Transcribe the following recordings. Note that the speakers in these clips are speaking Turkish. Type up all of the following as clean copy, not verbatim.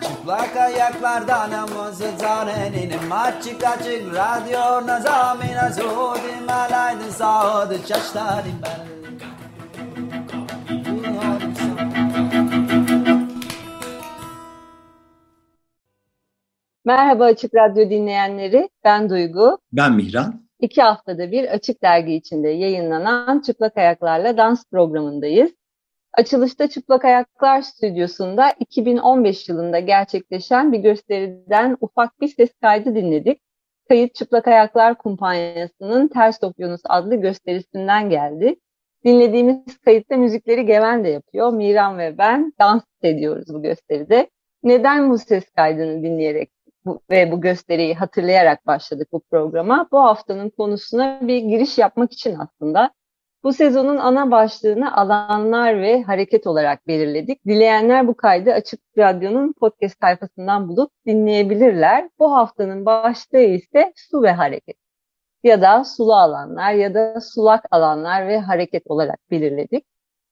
Çıplak ayaklardan namazı tanenim açık açık radyo nazamina zodim alaydı sağdı çaştarim ben. Merhaba Açık Radyo dinleyenleri, ben Duygu. Ben Mihran. 2 haftada bir Açık Dergi içinde yayınlanan Çıplak Ayaklar'la dans programındayız. Açılışta Çıplak Ayaklar stüdyosunda 2015 yılında gerçekleşen bir gösteriden ufak bir ses kaydı dinledik. Kayıt Çıplak Ayaklar Kumpanyası'nın Ters Okyanus adlı gösterisinden geldi. Dinlediğimiz kayıtta müzikleri Geven de yapıyor. Mihran ve ben dans ediyoruz bu gösteride. Neden bu ses kaydını dinleyerek ve bu gösteriyi hatırlayarak başladık bu programa? Bu haftanın konusuna bir giriş yapmak için aslında. Bu sezonun ana başlığını alanlar ve hareket olarak belirledik. Dileyenler bu kaydı Açık Radyo'nun podcast sayfasından bulup dinleyebilirler. Bu haftanın başlığı ise su ve hareket. Ya da sulu alanlar ya da sulak alanlar ve hareket olarak belirledik.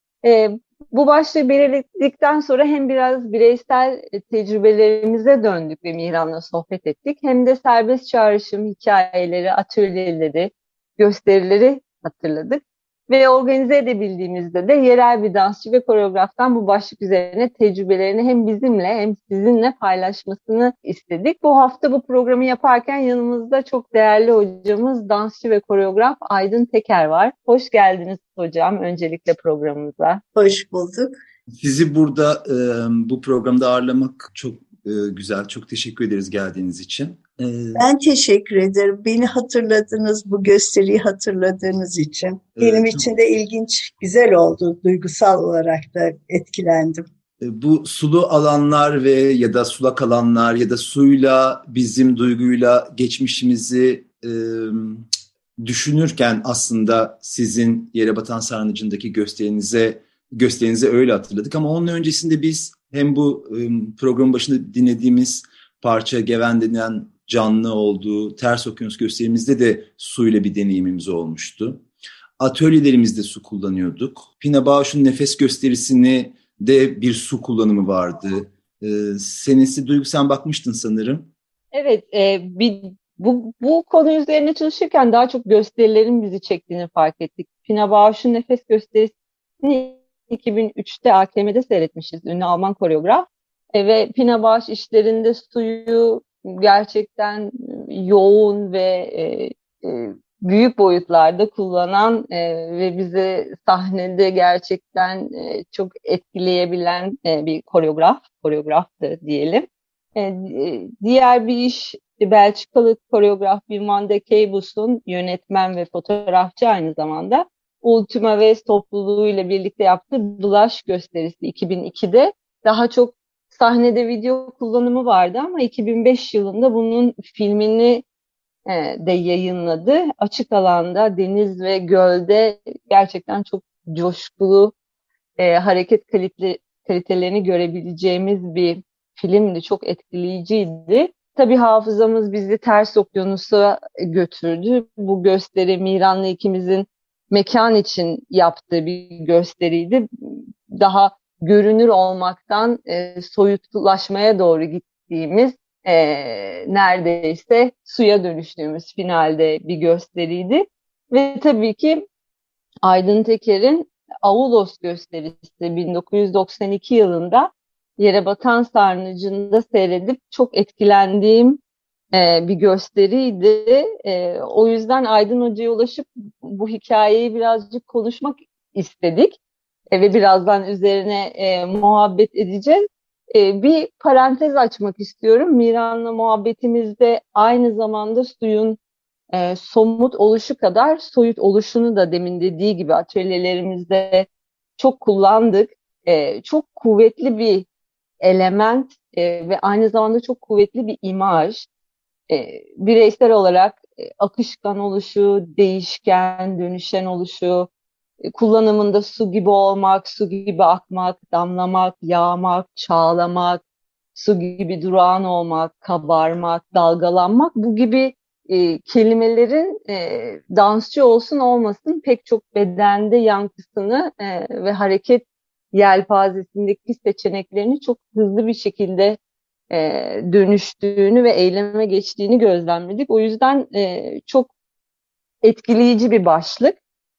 Bu başlığı belirledikten sonra hem biraz bireysel tecrübelerimize döndük ve Mihran'la sohbet ettik. Hem de serbest çağrışım hikayeleri, atölyeleri, gösterileri hatırladık. Ve organize edebildiğimizde de yerel bir dansçı ve koreograftan bu başlık üzerine tecrübelerini hem bizimle hem sizinle paylaşmasını istedik. Bu hafta bu programı yaparken yanımızda çok değerli hocamız, dansçı ve koreograf Aydın Teker var. Hoş geldiniz hocam öncelikle programımıza. Hoş bulduk. Sizi burada bu programda ağırlamak çok güzel. Çok teşekkür ederiz geldiğiniz için. Ben teşekkür ederim. Beni hatırladınız, bu gösteriyi hatırladığınız için. Benim için de ilginç, güzel oldu. Duygusal olarak da etkilendim. Bu sulu alanlar ve ya da sulak alanlar ya da suyla bizim duyguyla geçmişimizi düşünürken aslında sizin Yerebatan Sarnıcı'ndaki gösterinize öyle hatırladık. Ama onun öncesinde biz hem bu programın başında dinlediğimiz parça Geven denilen canlı olduğu Ters Okyanus gösterimizde de suyla bir deneyimimiz olmuştu. Atölyelerimizde su kullanıyorduk. Pina Bausch'un Nefes gösterisini de bir su kullanımı vardı. Senesi Duygu sen bakmıştın sanırım. Evet, bu konu üzerine çalışırken daha çok gösterilerin bizi çektiğini fark ettik. Pina Bausch'un Nefes gösterisini 2003'te AKM'de seyretmişiz. Ünlü Alman koreograf. Ve Pina Bausch işlerinde suyu gerçekten yoğun ve büyük boyutlarda kullanan ve bizi sahnede gerçekten çok etkileyebilen bir koreograftı diyelim. Diğer bir iş Belçikalı koreograf Wim van de Keibus'un yönetmen ve fotoğrafçı aynı zamanda Ultima West topluluğuyla birlikte yaptığı Blush gösterisi 2002'de daha çok sahnede video kullanımı vardı ama 2005 yılında bunun filmini de yayınladı. Açık alanda, deniz ve gölde gerçekten çok coşkulu hareket kalitelerini görebileceğimiz bir filmdi. Çok etkileyiciydi. Tabii hafızamız bizi Ters Okyanus'a götürdü. Bu gösteri Mihran'la ikimizin mekan için yaptığı bir gösteriydi. Daha görünür olmaktan soyutlaşmaya doğru gittiğimiz, neredeyse suya dönüştüğümüz finalde bir gösteriydi. Ve tabii ki Aydın Teker'in Aulos gösterisi 1992 yılında Yerebatan Sarnıcı'nda seyredip çok etkilendiğim bir gösteriydi. O yüzden Aydın Hoca'ya ulaşıp bu hikayeyi birazcık konuşmak istedik. Ve birazdan üzerine muhabbet edeceğiz. Bir parantez açmak istiyorum. Mihran'la muhabbetimizde aynı zamanda suyun somut oluşu kadar soyut oluşunu da demin dediği gibi atölyelerimizde çok kullandık. Çok kuvvetli bir element ve aynı zamanda çok kuvvetli bir imaj. Bireysel olarak akışkan oluşu, değişken, dönüşen oluşu, kullanımında su gibi olmak, su gibi akmak, damlamak, yağmak, çağlamak, su gibi durağan olmak, kabarmak, dalgalanmak bu gibi kelimelerin dansçı olsun olmasın pek çok bedende yankısını ve hareket yelpazesindeki seçeneklerini çok hızlı bir şekilde dönüştüğünü ve eyleme geçtiğini gözlemledik. O yüzden çok etkileyici bir başlık.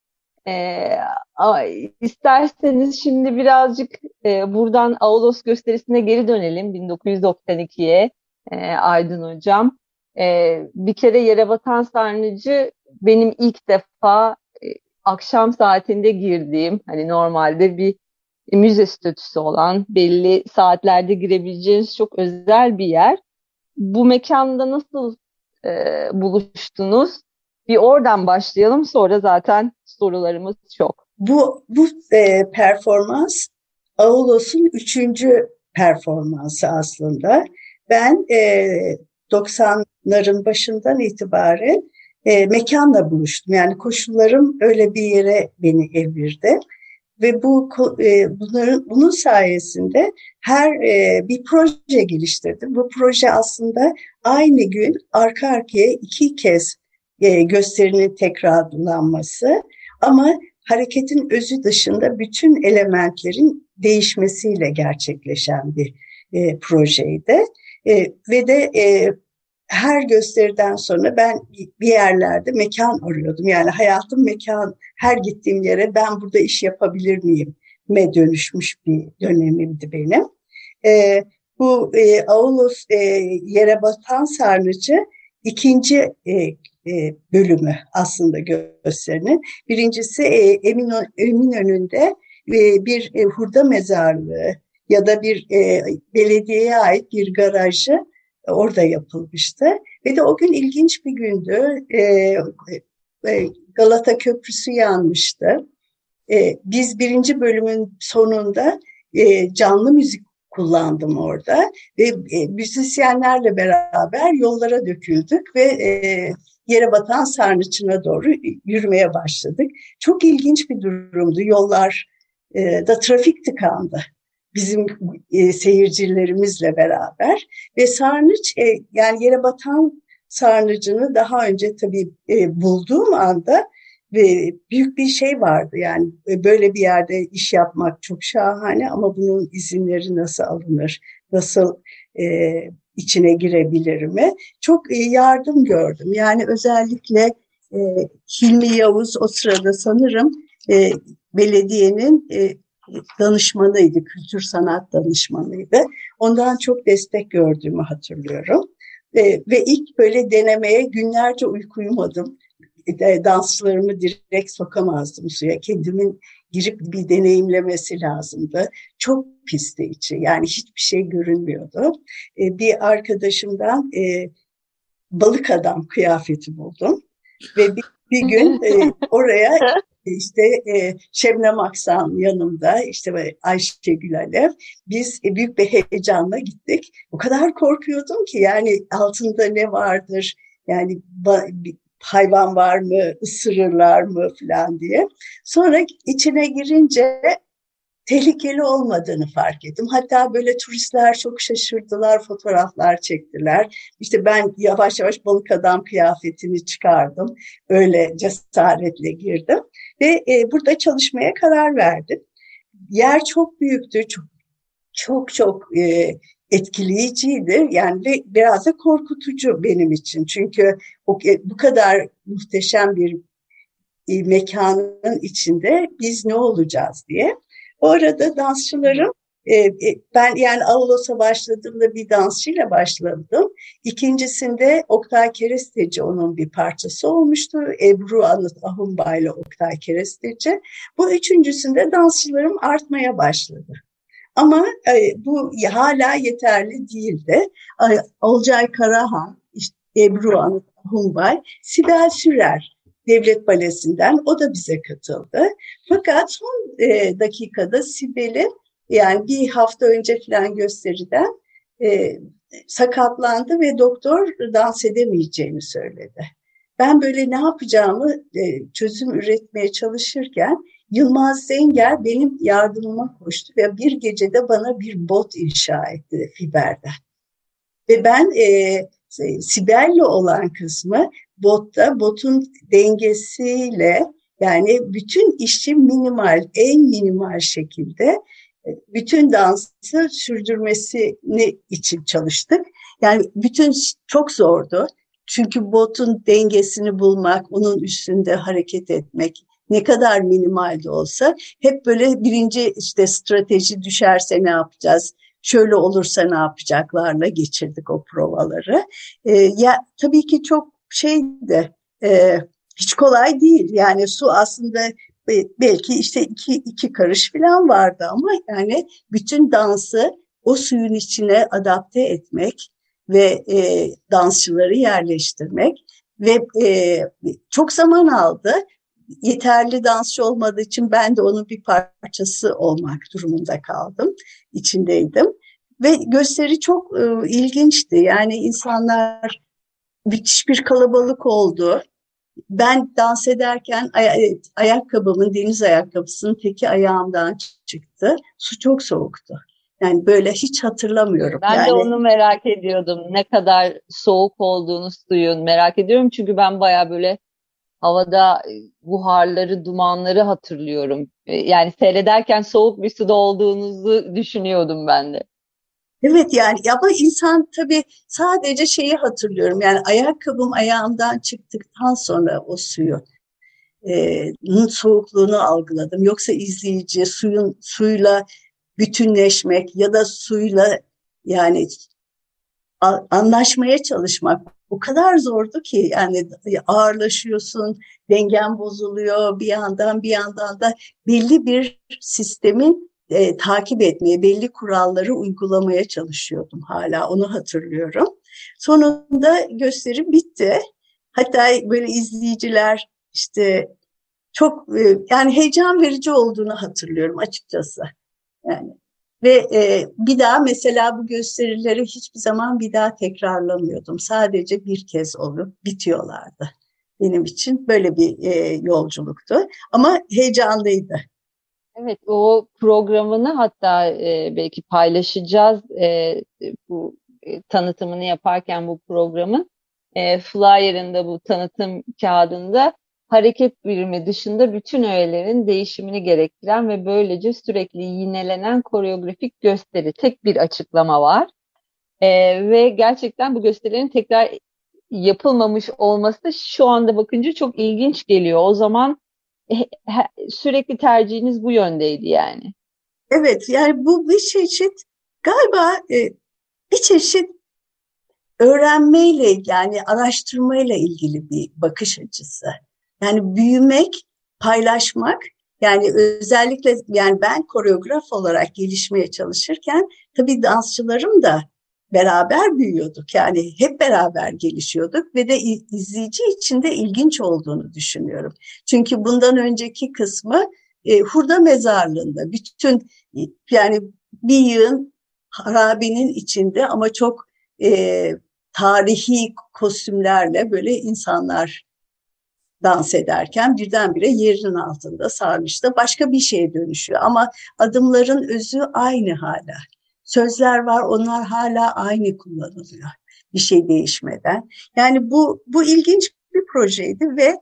İsterseniz şimdi birazcık buradan Ağustos gösterisine geri dönelim 1992'ye Aydın Hocam. Bir kere Yerebatan Sarnıcı benim ilk defa akşam saatinde girdiğim, hani normalde bir müze statüsü olan, belli saatlerde girebileceğiniz çok özel bir yer. Bu mekanda nasıl buluştunuz? Bir oradan başlayalım, sonra zaten sorularımız çok. Bu performans Ağustos'un 3. performansı aslında. Ben 90'ların başından itibaren mekanla buluştum. Yani koşullarım öyle bir yere beni evirdi. Ve bunun sayesinde bir proje geliştirdim. Bu proje aslında aynı gün arka arkaya 2 kez gösterinin tekrarlanması, ama hareketin özü dışında bütün elementlerin değişmesiyle gerçekleşen bir projeydi. Ve de her gösteriden sonra ben bir yerlerde mekan arıyordum. Yani hayatım mekan, her gittiğim yere ben burada iş yapabilir miyim me dönüşmüş bir dönemimdi benim. Bu Ağustos Yerebatan Sarnıcı 2. bölümü aslında gösterinin. Birincisi Eminönü'nde bir hurda mezarlığı ya da bir belediyeye ait bir garajı orada yapılmıştı. Ve de o gün ilginç bir gündü. Galata Köprüsü yanmıştı. Biz 1. bölümün sonunda canlı müzik kullandım orada ve müzisyenlerle beraber yollara döküldük ve Yerebatan Sarnıcı'na doğru yürümeye başladık. Çok ilginç bir durumdu. Yollar da trafik tıkandı bizim seyircilerimizle beraber ve Sarnıç, yani Yerebatan Sarnıcı'nı daha önce tabii bulduğum anda ve büyük bir şey vardı. Yani böyle bir yerde iş yapmak çok şahane, ama bunun izinleri nasıl alınır, nasıl içine girebilir mi? Çok yardım gördüm. Yani özellikle Hilmi Yavuz o sırada sanırım belediyenin danışmanıydı, kültür sanat danışmanıydı. Ondan çok destek gördüğümü hatırlıyorum. Ve ilk böyle denemeye günlerce uyku uyumadım. Danslarımı direkt sokamazdım suya. Kendimin girip bir deneyimlemesi lazımdı. Çok pisti içi, yani hiçbir şey görünmüyordu. Bir arkadaşımdan balık adam kıyafeti buldum. Ve bir gün oraya işte Şebnem Aksan yanımda, işte Ayşegül Alev, biz büyük bir heyecanla gittik. O kadar korkuyordum ki, yani altında ne vardır, yani hayvan var mı, ısırırlar mı falan diye. Sonra içine girince tehlikeli olmadığını fark ettim. Hatta böyle turistler çok şaşırdılar, fotoğraflar çektiler. İşte ben yavaş yavaş balık adam kıyafetini çıkardım. Öyle cesaretle girdim ve burada çalışmaya karar verdim. Yer çok büyüktü, çok etkileyiciydi. Yani ve biraz da korkutucu benim için. Çünkü bu kadar muhteşem bir mekanın içinde biz ne olacağız diye. O arada dansçılarım, ben yani Ağustos'a başladığımda bir dansçıyla başladım. İkincisinde Oktay Keresteci onun bir parçası olmuştu. Ebru Anıt Ahunbay ile Oktay Keresteci. Bu üçüncüsünde dansçılarım artmaya başladı. Ama bu hala yeterli değildi. Olcay Karahan, işte Ebru Anıt Ahunbay, Sibel Sürer Devlet Balesi'nden, o da bize katıldı. Fakat son dakikada Sibel'in, yani bir hafta önce falan gösteriden sakatlandı ve doktor dans edemeyeceğini söyledi. Ben böyle ne yapacağımı çözüm üretmeye çalışırken Yılmaz Zenger benim yardımıma koştu ve bir gecede bana bir bot inşa etti fiberden. Ve ben Sibel'le olan kısmı botun dengesiyle, yani bütün işi en minimal şekilde bütün dansı sürdürmesini için çalıştık. Yani çok zordu. Çünkü botun dengesini bulmak, onun üstünde hareket etmek ne kadar minimal de olsa hep böyle birinci işte strateji düşerse ne yapacağız, şöyle olursa ne yapacaklarla geçirdik o provaları. Ya tabii ki çok hiç kolay değil. Yani su aslında belki işte iki karış falan vardı ama yani bütün dansı o suyun içine adapte etmek ve dansçıları yerleştirmek ve çok zaman aldı. Yeterli dansçı olmadığı için ben de onun bir parçası olmak durumunda kaldım, içindeydim. Ve gösteri çok ilginçti. Yani insanlar müthiş bir kalabalık oldu. Ben dans ederken ayakkabımın, deniz ayakkabısının teki ayağımdan çıktı. Su çok soğuktu. Yani böyle hiç hatırlamıyorum. Ben de onu merak ediyordum. Ne kadar soğuk olduğunu suyun merak ediyorum. Çünkü ben bayağı böyle havada buharları, dumanları hatırlıyorum. Yani seyrederken soğuk bir suda olduğunuzu düşünüyordum ben de. Evet yani ama insan tabii sadece şeyi hatırlıyorum. Yani ayakkabım ayağımdan çıktıktan sonra o soğukluğunu algıladım. Yoksa izleyici suyla bütünleşmek ya da suyla yani anlaşmaya çalışmak o kadar zordu ki yani ağırlaşıyorsun, dengen bozuluyor bir yandan da belli bir sistemin takip etmeye, belli kuralları uygulamaya çalışıyordum hala onu hatırlıyorum. Sonunda gösteri bitti. Hatta böyle izleyiciler işte çok yani heyecan verici olduğunu hatırlıyorum açıkçası. Yani ve bir daha mesela bu gösterileri hiçbir zaman bir daha tekrarlamıyordum. Sadece bir kez olup bitiyorlardı. Benim için böyle bir yolculuktu. Ama heyecanlıydı. Evet, o programını hatta belki paylaşacağız bu tanıtımını yaparken bu programın flyer'ında bu tanıtım kağıdında hareket birimi dışında bütün öğelerin değişimini gerektiren ve böylece sürekli yinelenen koreografik gösteri tek bir açıklama var. Ve gerçekten bu gösterilerin tekrar yapılmamış olması şu anda bakınca çok ilginç geliyor. O zaman sürekli tercihiniz bu yöndeydi yani. Evet yani bu bir çeşit galiba bir çeşit öğrenmeyle yani araştırmayla ilgili bir bakış açısı. Yani büyümek, paylaşmak yani özellikle yani ben koreograf olarak gelişmeye çalışırken tabii dansçılarım da beraber büyüyorduk. Yani hep beraber gelişiyorduk ve de izleyici için de ilginç olduğunu düşünüyorum. Çünkü bundan önceki kısmı hurda mezarlığında bütün yani bir yığın harabenin içinde ama çok tarihi kostümlerle böyle insanlar dans ederken birdenbire yerin altında sarnıçta başka bir şeye dönüşüyor. Ama adımların özü aynı hala. Sözler var, onlar hala aynı kullanılıyor. Bir şey değişmeden. Yani bu ilginç bir projeydi ve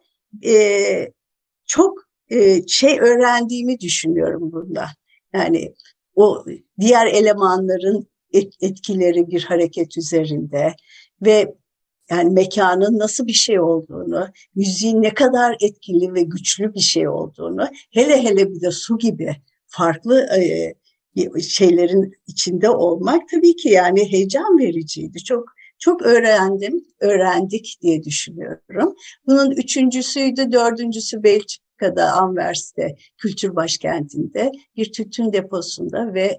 çok şey öğrendiğimi düşünüyorum bunda. Yani o diğer elemanların etkileri bir hareket üzerinde ve yani mekanın nasıl bir şey olduğunu, müziğin ne kadar etkili ve güçlü bir şey olduğunu, hele bir de su gibi farklı şeylerin içinde olmak tabii ki yani heyecan vericiydi. Çok öğrendik diye düşünüyorum. Bunun dördüncüsü Belçika'da, Anvers'te, kültür başkentinde bir tütün deposunda ve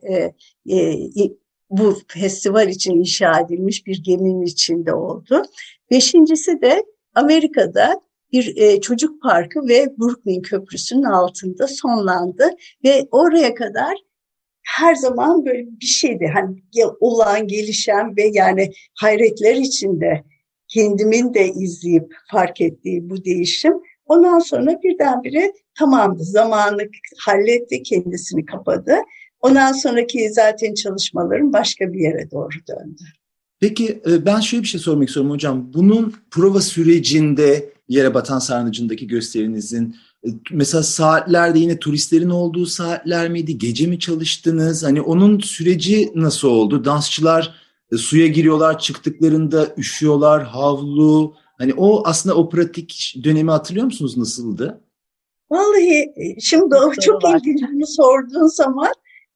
bu festival için inşa edilmiş bir geminin içinde oldu. Beşincisi de Amerika'da bir çocuk parkı ve Brooklyn Köprüsü'nün altında sonlandı ve oraya kadar her zaman böyle bir şeydi. Hani olan, gelişen ve yani hayretler içinde kendimin de izleyip fark ettiği bu değişim. Ondan sonra birdenbire tamamdı. Zamanı halletti, kendisini kapadı. Ondan sonraki zaten çalışmalarım başka bir yere doğru döndü. Peki ben şöyle bir şey sormak istiyorum hocam. Bunun prova sürecinde Yere Batan Sarnıcı'ndaki gösterinizin Mesela saatlerde yine turistlerin olduğu saatler miydi? Gece mi çalıştınız? Hani onun süreci nasıl oldu? Dansçılar suya giriyorlar, çıktıklarında üşüyorlar, havlu. Hani o aslında o pratik dönemi hatırlıyor musunuz? Nasıldı? Vallahi şimdi o çok ilginç, bunu sorduğun zaman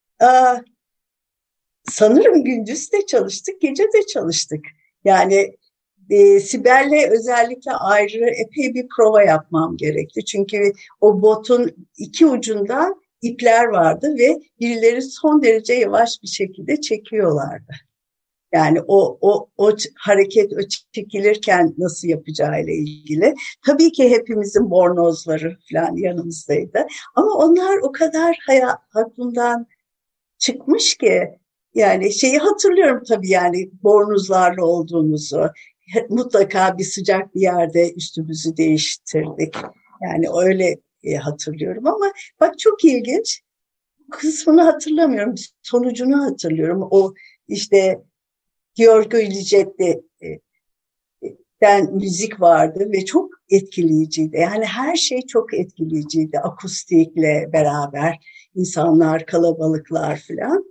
sanırım gündüz de çalıştık, gece de çalıştık. Yani Sibel'le özellikle ayrı epey bir prova yapmam gerekti. Çünkü o botun iki ucunda ipler vardı ve birileri son derece yavaş bir şekilde çekiyorlardı. Yani o hareket o çekilirken nasıl yapacağıyla ilgili. Tabii ki hepimizin bornozları falan yanımızdaydı. Ama onlar o kadar aklımdan çıkmış ki, yani şeyi hatırlıyorum tabii, yani bornozlarla olduğumuzu. Mutlaka bir sıcak bir yerde üstümüzü değiştirdik. Yani öyle hatırlıyorum ama bak çok ilginç. Kısmını hatırlamıyorum. Sonucunu hatırlıyorum. O işte Giorgio Ligeti'den müzik vardı ve çok etkileyiciydi. Yani her şey çok etkileyiciydi. Akustikle beraber insanlar, kalabalıklar falan.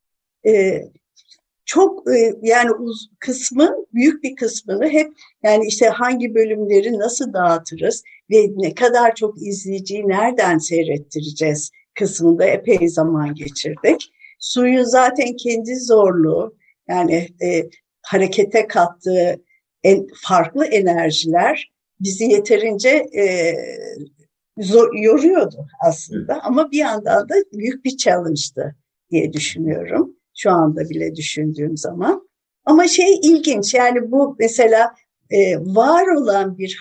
Çok yani büyük bir kısmını hep yani işte hangi bölümleri nasıl dağıtırız ve ne kadar çok izleyiciyi nereden seyrettireceğiz kısmında epey zaman geçirdik. Suyun zaten kendi zorluğu, yani harekete kattığı farklı enerjiler bizi yeterince yoruyordu aslında, ama bir yandan da büyük bir challenge'dı diye düşünüyorum. Şu anda bile düşündüğüm zaman. Ama şey ilginç, yani bu mesela var olan bir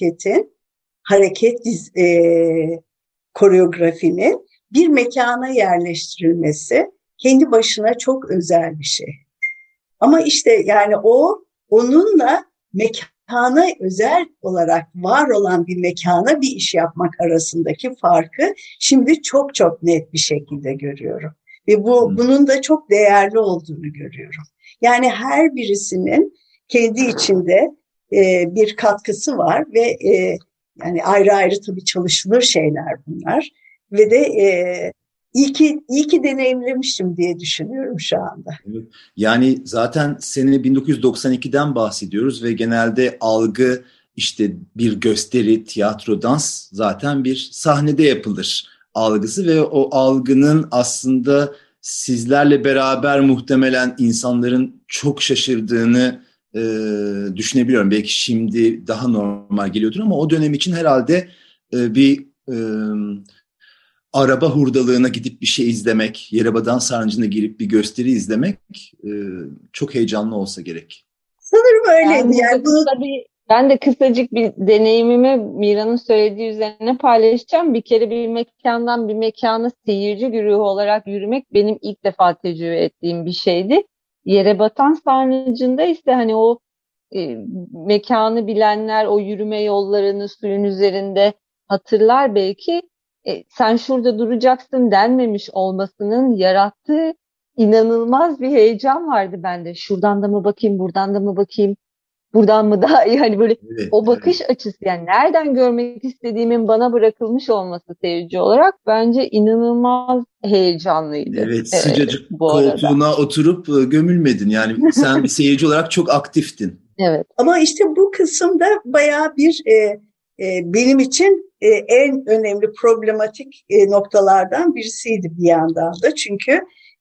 koreografinin bir mekana yerleştirilmesi kendi başına çok özel bir şey. Ama işte yani onunla mekana özel olarak var olan bir mekana bir iş yapmak arasındaki farkı şimdi çok çok net bir şekilde görüyorum. Ve bunun da çok değerli olduğunu görüyorum. Yani her birisinin kendi içinde bir katkısı var ve yani ayrı ayrı tabii çalışılır şeyler bunlar. Ve de iyi ki deneyimlemişim diye düşünüyorum şu anda. Evet. Yani zaten sene 1992'den bahsediyoruz ve genelde algı işte bir gösteri, tiyatro, dans zaten bir sahnede yapılır algısı ve o algının aslında sizlerle beraber muhtemelen insanların çok şaşırdığını düşünebiliyorum. Belki şimdi daha normal geliyordur ama o dönem için herhalde bir araba hurdalığına gidip bir şey izlemek, Yerebatan Sarnıcı'na girip bir gösteri izlemek çok heyecanlı olsa gerek. Sanırım öyleydi. Ben de kısacık bir deneyimimi Mira'nın söylediği üzerine paylaşacağım. Bir kere bir mekandan bir mekana seyirci güruhu olarak yürümek benim ilk defa tecrübe ettiğim bir şeydi. Yerebatan Sarnıcı'nda ise hani o mekanı bilenler o yürüme yollarını suyun üzerinde hatırlar belki. Sen şurada duracaksın denmemiş olmasının yarattığı inanılmaz bir heyecan vardı bende. Şuradan da mı bakayım, buradan da mı bakayım, buradan mı daha iyi, hani böyle Evet, o bakış açısı, yani nereden görmek istediğimin bana bırakılmış olması seyirci olarak bence inanılmaz heyecanlıydı. Evet, sıcacık bu arada. koltuğuna oturup gömülmedin. Yani sen bir seyirci olarak çok aktiftin. Evet. Ama işte bu kısımda bayağı bir benim için en önemli problematik noktalardan birisiydi bir yandan da. Çünkü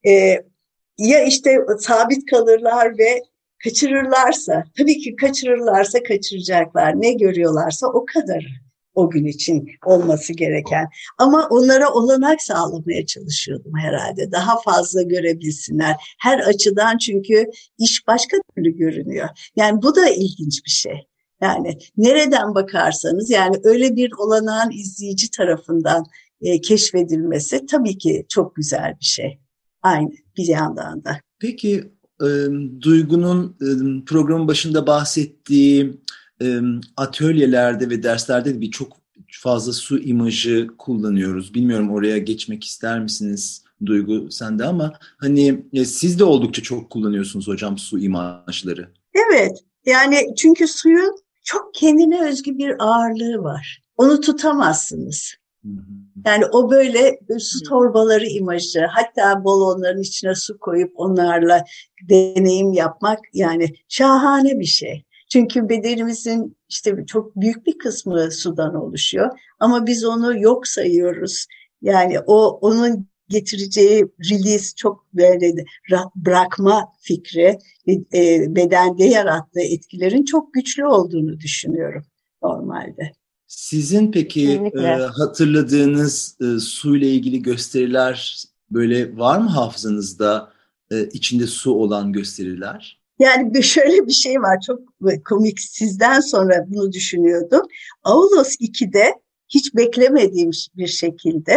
ya işte sabit kalırlar ve kaçırırlarsa, tabii ki kaçırırlarsa kaçıracaklar. Ne görüyorlarsa o kadar o gün için olması gereken. Ama onlara olanak sağlamaya çalışıyordum herhalde. Daha fazla görebilsinler. Her açıdan, çünkü iş başka türlü görünüyor. Yani bu da ilginç bir şey. Yani nereden bakarsanız, yani öyle bir olanağın izleyici tarafından keşfedilmesi tabii ki çok güzel bir şey. Aynı bir yandan da. Peki Duygu'nun programın başında bahsettiği atölyelerde ve derslerde de çok fazla su imajı kullanıyoruz. Bilmiyorum, oraya geçmek ister misiniz Duygu, sen de, ama hani siz de oldukça çok kullanıyorsunuz hocam su imajları. Evet, yani çünkü suyun çok kendine özgü bir ağırlığı var. Onu tutamazsınız. Yani o böyle su torbaları imajı, hatta balonların içine su koyup onlarla deneyim yapmak yani şahane bir şey. Çünkü bedenimizin işte çok büyük bir kısmı sudan oluşuyor ama biz onu yok sayıyoruz. Yani onun getireceği release çok böyle bırakma fikri bedende yarattığı etkilerin çok güçlü olduğunu düşünüyorum normalde. Sizin peki hatırladığınız suyla ilgili gösteriler böyle var mı hafızanızda içinde su olan gösteriler? Yani şöyle bir şey var, çok komik, sizden sonra bunu düşünüyordum. Aulos 2'de hiç beklemediğim bir şekilde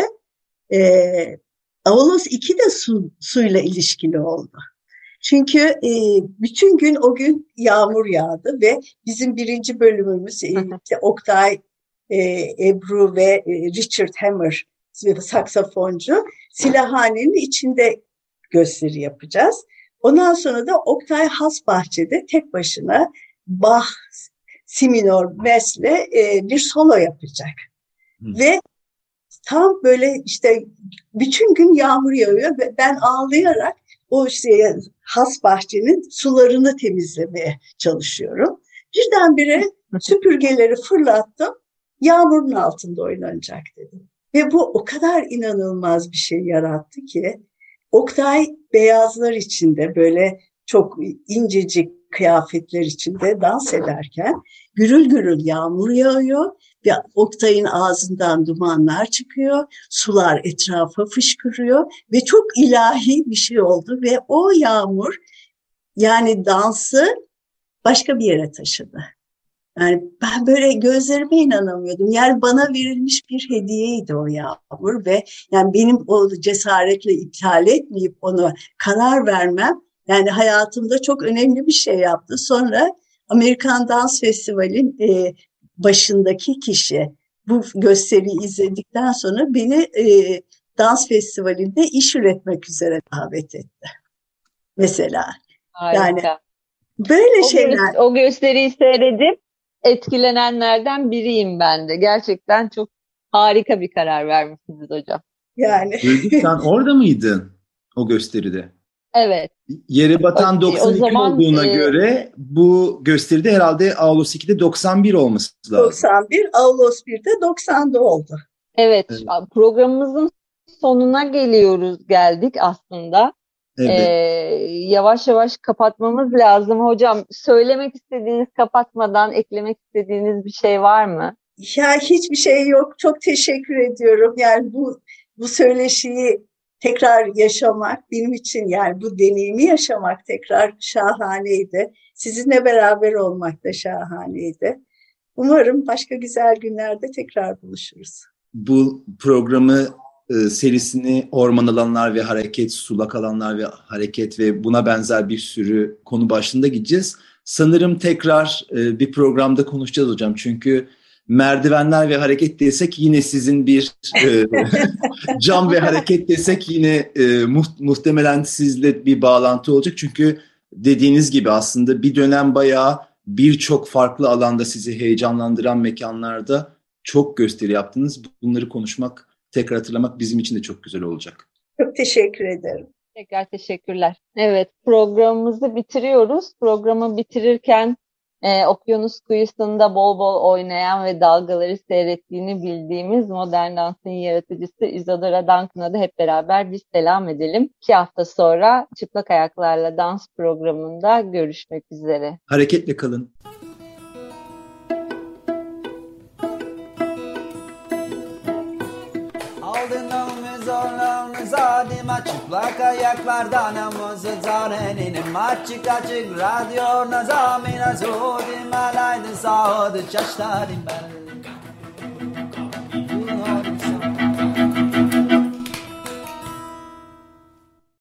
Aulos 2 de suyla ilişkili oldu. Çünkü bütün gün o gün yağmur yağdı ve bizim birinci bölümümüz işte Oktay, Ebru ve Richard Hammer saksafoncu Silahhane'nin içinde gösteri yapacağız. Ondan sonra da Oktay Hasbahçe'de tek başına Bach, Si minor, Mes'le bir solo yapacak. Ve tam böyle işte bütün gün yağmur yağıyor ve ben ağlayarak o Hasbahçe'nin sularını temizlemeye çalışıyorum. Birdenbire süpürgeleri fırlattım, yağmurun altında oynanacak dedim. Ve bu o kadar inanılmaz bir şey yarattı ki Oktay beyazlar içinde böyle çok incecik kıyafetler içinde dans ederken gürül gürül yağmur yağıyor ve Oktay'ın ağzından dumanlar çıkıyor, sular etrafa fışkırıyor ve çok ilahi bir şey oldu ve o yağmur yani dansı başka bir yere taşıdı. Yani ben böyle gözlerime inanamıyordum. Yani bana verilmiş bir hediyeydi o yağmur ve yani benim o cesaretle iptal etmeyip ona karar vermem yani hayatımda çok önemli bir şey yaptı. Sonra Amerikan Dans Festivali'nin başındaki kişi bu gösteriyi izledikten sonra beni dans festivalinde iş üretmek üzere davet etti. Mesela. Harika. Yani böyle şeyler. O gösteriyi seyredip etkilenenlerden biriyim ben de. Gerçekten çok harika bir karar vermişsiniz hocam. Yani. Sen orada mıydın o gösteride? Evet. Yere batan 92 olduğuna göre bu gösteride herhalde Aulos 2'de 91 olması lazım. 91, Aulos 1'de 90'da oldu. Evet. Programımızın sonuna geldik aslında. Evet. Yavaş yavaş kapatmamız lazım. Hocam söylemek istediğiniz, kapatmadan eklemek istediğiniz bir şey var mı? Ya hiçbir şey yok. Çok teşekkür ediyorum. Yani bu söyleşiyi tekrar yaşamak benim için yani bu deneyimi yaşamak tekrar şahaneydi. Sizinle beraber olmak da şahaneydi. Umarım başka güzel günlerde tekrar buluşuruz. Bu programı serisini orman alanlar ve hareket, sulak alanlar ve hareket ve buna benzer bir sürü konu başlığında gideceğiz. Sanırım tekrar bir programda konuşacağız hocam. Çünkü merdivenler ve hareket desek yine sizin bir cam ve hareket desek yine muhtemelen sizle bir bağlantı olacak. Çünkü dediğiniz gibi aslında bir dönem bayağı birçok farklı alanda sizi heyecanlandıran mekanlarda çok gösteri yaptınız. Bunları konuşmak, tekrar hatırlamak bizim için de çok güzel olacak. Çok teşekkür ederim. Tekrar teşekkürler. Evet, programımızı bitiriyoruz. Programı bitirirken okyanus kıyısında bol bol oynayan ve dalgaları seyrettiğini bildiğimiz modern dansın yaratıcısı Isadora Duncan'a da hep beraber bir selam edelim. 2 hafta sonra Çıplak Ayaklarla Dans programında görüşmek üzere. Hareketle kalın. Zadima çıplak ayaklardan namazı zarenin açık açık radyo nazamina zodima laydı sağdı çaşlarım ben.